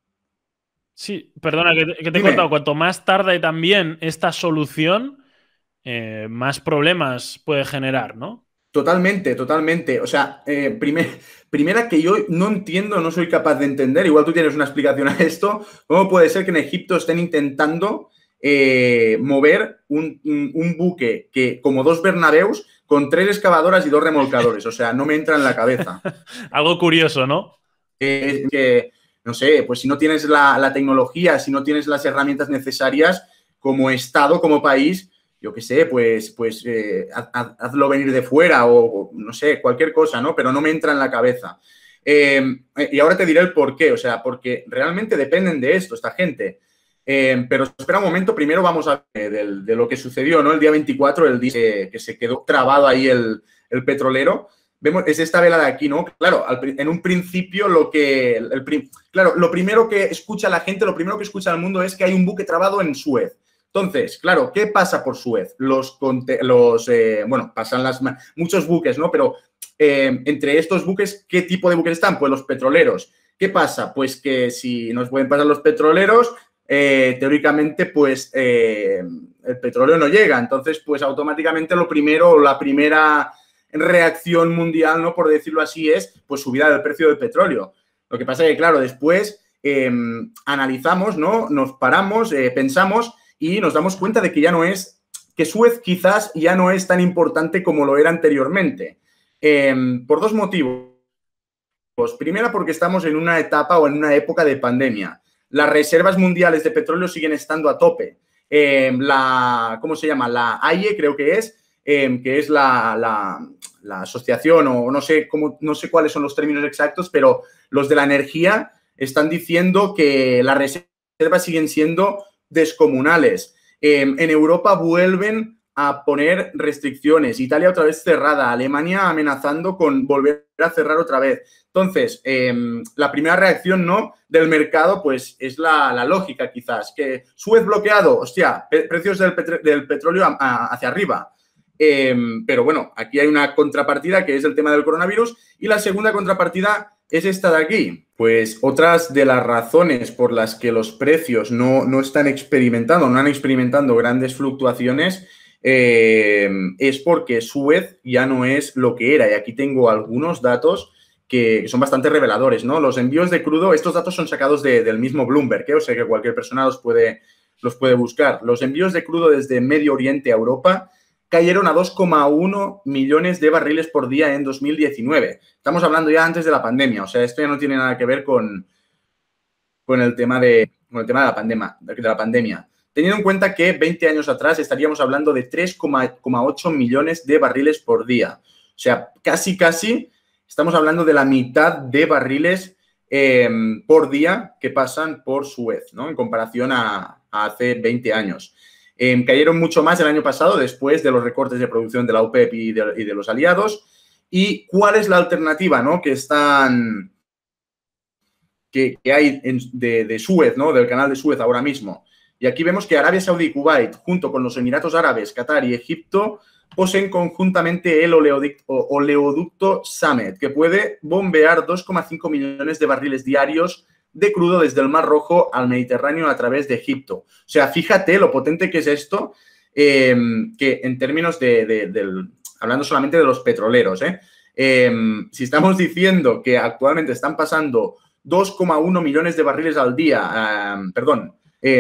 Sí, perdona que te, que te he cortado. Cuanto más tarde también esta solución, eh, más problemas puede generar, ¿no? Totalmente, totalmente. O sea, eh, primer, primera que yo no entiendo, no soy capaz de entender, igual tú tienes una explicación a esto, ¿cómo puede ser que en Egipto estén intentando eh, mover un, un, un buque que como dos Bernabéus con tres excavadoras y dos remolcadores? O sea, no me entra en la cabeza. Algo curioso, ¿no? Eh, que, no sé, pues si no tienes la, la tecnología, si no tienes las herramientas necesarias como Estado, como país, yo qué sé, pues, pues eh, haz, hazlo venir de fuera o, o no sé, cualquier cosa, ¿no? Pero no me entra en la cabeza. Eh, y ahora te diré el por qué, o sea, porque realmente dependen de esto, esta gente. Eh, pero espera un momento, primero vamos a ver de, de lo que sucedió, ¿no? El día veinticuatro, el día que, que se quedó trabado ahí el, el petrolero. Vemos, es esta vela de aquí, ¿no? Claro, al, en un principio lo que... El, el, claro, lo primero que escucha la gente, lo primero que escucha el mundo es que hay un buque trabado en Suez. Entonces, claro, ¿qué pasa por Suez? Los, los eh, bueno, pasan las, muchos buques, ¿no? Pero eh, entre estos buques, ¿qué tipo de buques están? Pues los petroleros. ¿Qué pasa? Pues que si nos pueden pasar los petroleros, eh, teóricamente, pues eh, el petróleo no llega. Entonces, pues automáticamente lo primero, la primera reacción mundial, ¿no? Por decirlo así, es pues subida del precio del petróleo. Lo que pasa es que, claro, después eh, analizamos, ¿no? Nos paramos, eh, pensamos y nos damos cuenta de que ya no es, que Suez quizás ya no es tan importante como lo era anteriormente. Eh, por dos motivos. Primera, porque estamos en una etapa o en una época de pandemia. Las reservas mundiales de petróleo siguen estando a tope. Eh, la, ¿cómo se llama? La A I E, creo que es, eh, que es la, la, la asociación, o no sé, cómo, no sé cuáles son los términos exactos, pero los de la energía están diciendo que las reservas siguen siendo descomunales. Eh, en Europa vuelven a poner restricciones. Italia otra vez cerrada. Alemania amenazando con volver a cerrar otra vez. Entonces, eh, la primera reacción, ¿no?, del mercado, pues es la, la lógica quizás. Que Suez bloqueado, hostia, pe precios del, petr del petróleo a, a, hacia arriba. Eh, pero bueno, aquí hay una contrapartida que es el tema del coronavirus y la segunda contrapartida es esta de aquí. Pues otras de las razones por las que los precios no, no están experimentando, no han experimentado grandes fluctuaciones eh, es porque Suez ya no es lo que era. Y aquí tengo algunos datos que son bastante reveladores, ¿no? Los envíos de crudo, estos datos son sacados de, del mismo Bloomberg, ¿eh? O sea que cualquier persona los puede, los puede buscar. Los envíos de crudo desde Medio Oriente a Europa cayeron a dos coma uno millones de barriles por día en dos mil diecinueve. Estamos hablando ya antes de la pandemia, o sea, esto ya no tiene nada que ver con, con, el, tema de, con el tema de la pandemia, de la pandemia. Teniendo en cuenta que veinte años atrás estaríamos hablando de tres coma ocho millones de barriles por día. O sea, casi, casi estamos hablando de la mitad de barriles eh, por día que pasan por Suez, ¿no? En comparación a, a hace veinte años. Eh, cayeron mucho más el año pasado después de los recortes de producción de la OPEP y de, y de los aliados. ¿Y cuál es la alternativa, ¿no?, que están que, que hay en, de, de Suez, ¿no?, del canal de Suez ahora mismo? Y aquí vemos que Arabia Saudí y Kuwait, junto con los Emiratos Árabes, Qatar y Egipto, poseen conjuntamente el oleoducto, oleoducto Summit, que puede bombear dos coma cinco millones de barriles diarios de crudo desde el Mar Rojo al Mediterráneo a través de Egipto. O sea, fíjate lo potente que es esto, eh, que en términos de, de, del, hablando solamente de los petroleros, ¿eh? Eh, si estamos diciendo que actualmente están pasando dos coma uno millones de barriles al día, eh, perdón, eh,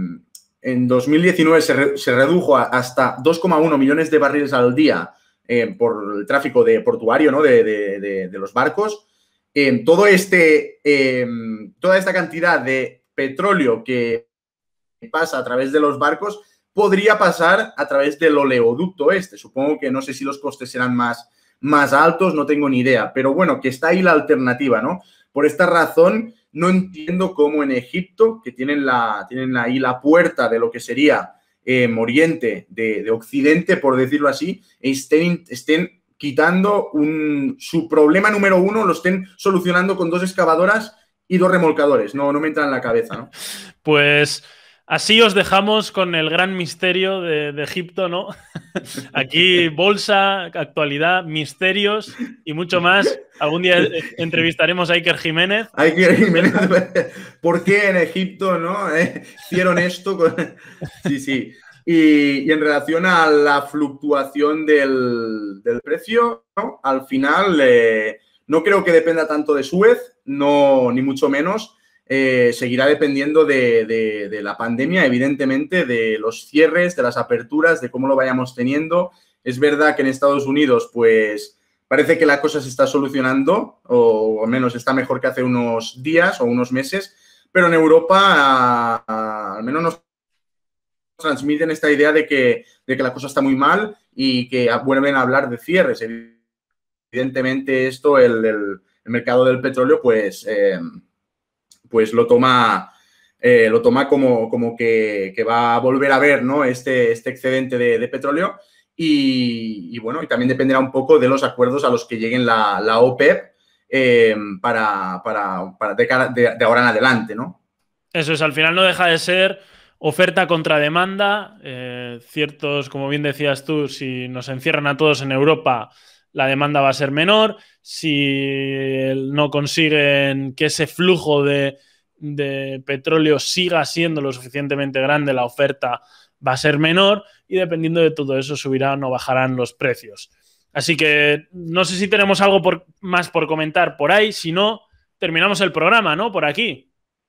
en dos mil diecinueve se, re, se redujo a hasta dos coma uno millones de barriles al día eh, por el tráfico de portuario, ¿no? de, de, de, de los barcos. Eh, todo este, eh, toda esta cantidad de petróleo que pasa a través de los barcos podría pasar a través del oleoducto este. Supongo que no sé si los costes serán más, más altos, no tengo ni idea. Pero bueno, que está ahí la alternativa, ¿no? Por esta razón, no entiendo cómo en Egipto, que tienen, la, tienen ahí la puerta de lo que sería eh, Oriente de, de Occidente, por decirlo así, estén, estén quitando un, su problema número uno, lo estén solucionando con dos excavadoras y dos remolcadores. No, no me entra en la cabeza, ¿no? Pues así os dejamos con el gran misterio de, de Egipto, ¿no? Aquí bolsa, actualidad, misterios y mucho más. Algún día entrevistaremos a Iker Jiménez. Iker Jiménez, ¿por qué en Egipto, no? ¿Eh? Hicieron esto. Con... Sí, sí. Y, y en relación a la fluctuación del, del precio, ¿no? Al final eh, no creo que dependa tanto de Suez, no, ni mucho menos. Eh, seguirá dependiendo de, de, de la pandemia, evidentemente, de los cierres, de las aperturas, de cómo lo vayamos teniendo. Es verdad que en Estados Unidos, pues, parece que la cosa se está solucionando, o al menos está mejor que hace unos días o unos meses, pero en Europa, a, a, al menos nos transmiten esta idea de que, de que la cosa está muy mal y que vuelven a hablar de cierres. Evidentemente, esto, el, el, el mercado del petróleo, pues... Eh, pues lo toma, eh, lo toma como, como que, que va a volver a ver, ¿no? este, este excedente de, de petróleo y, y, bueno, y también dependerá un poco de los acuerdos a los que lleguen la, la OPEP eh, para, para, para de, cara, de, de ahora en adelante, ¿no? Eso es, al final no deja de ser oferta contra demanda. Eh, ciertos, como bien decías tú, si nos encierran a todos en Europa, la demanda va a ser menor. Si no consiguen que ese flujo de, de petróleo siga siendo lo suficientemente grande, la oferta va a ser menor y dependiendo de todo eso subirán o bajarán los precios. Así que no sé si tenemos algo por, más por comentar por ahí. Si no, terminamos el programa, ¿no? Por aquí.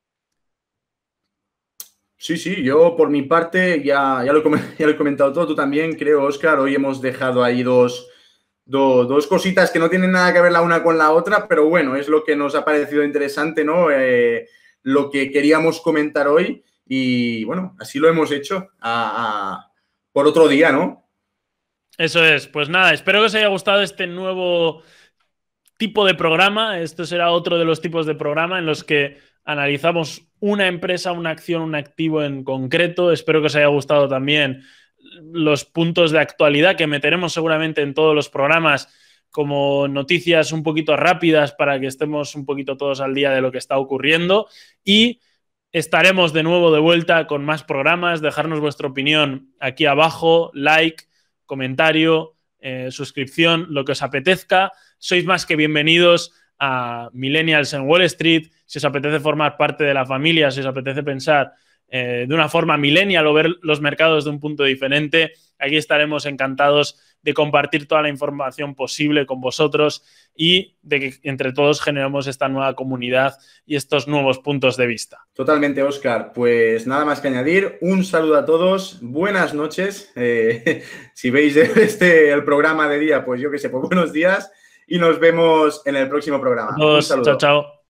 Sí, sí, yo por mi parte ya, ya, lo, he, ya lo he comentado todo. Tú también, creo, Óscar. Hoy hemos dejado ahí dos... Do, dos cositas que no tienen nada que ver la una con la otra, pero bueno, es lo que nos ha parecido interesante, ¿no? Eh, lo que queríamos comentar hoy y bueno, así lo hemos hecho a, a, por otro día, ¿no? Eso es, pues nada, espero que os haya gustado este nuevo tipo de programa. Esto será otro de los tipos de programa en los que analizamos una empresa, una acción, un activo en concreto. Espero que os haya gustado también los puntos de actualidad que meteremos seguramente en todos los programas como noticias un poquito rápidas para que estemos un poquito todos al día de lo que está ocurriendo y estaremos de nuevo de vuelta con más programas. Dejarnos vuestra opinión aquí abajo, like, comentario, eh, suscripción, lo que os apetezca. Sois más que bienvenidos a Millennials en Wall Street. Si os apetece formar parte de la familia, si os apetece pensar Eh, de una forma millennial o ver los mercados de un punto diferente, aquí estaremos encantados de compartir toda la información posible con vosotros y de que entre todos generemos esta nueva comunidad y estos nuevos puntos de vista. Totalmente, Óscar. Pues nada más que añadir. Un saludo a todos. Buenas noches. Eh, si veis este, el programa de día, pues yo que sé, pues buenos días y nos vemos en el próximo programa. A todos, un saludo. chao, chao.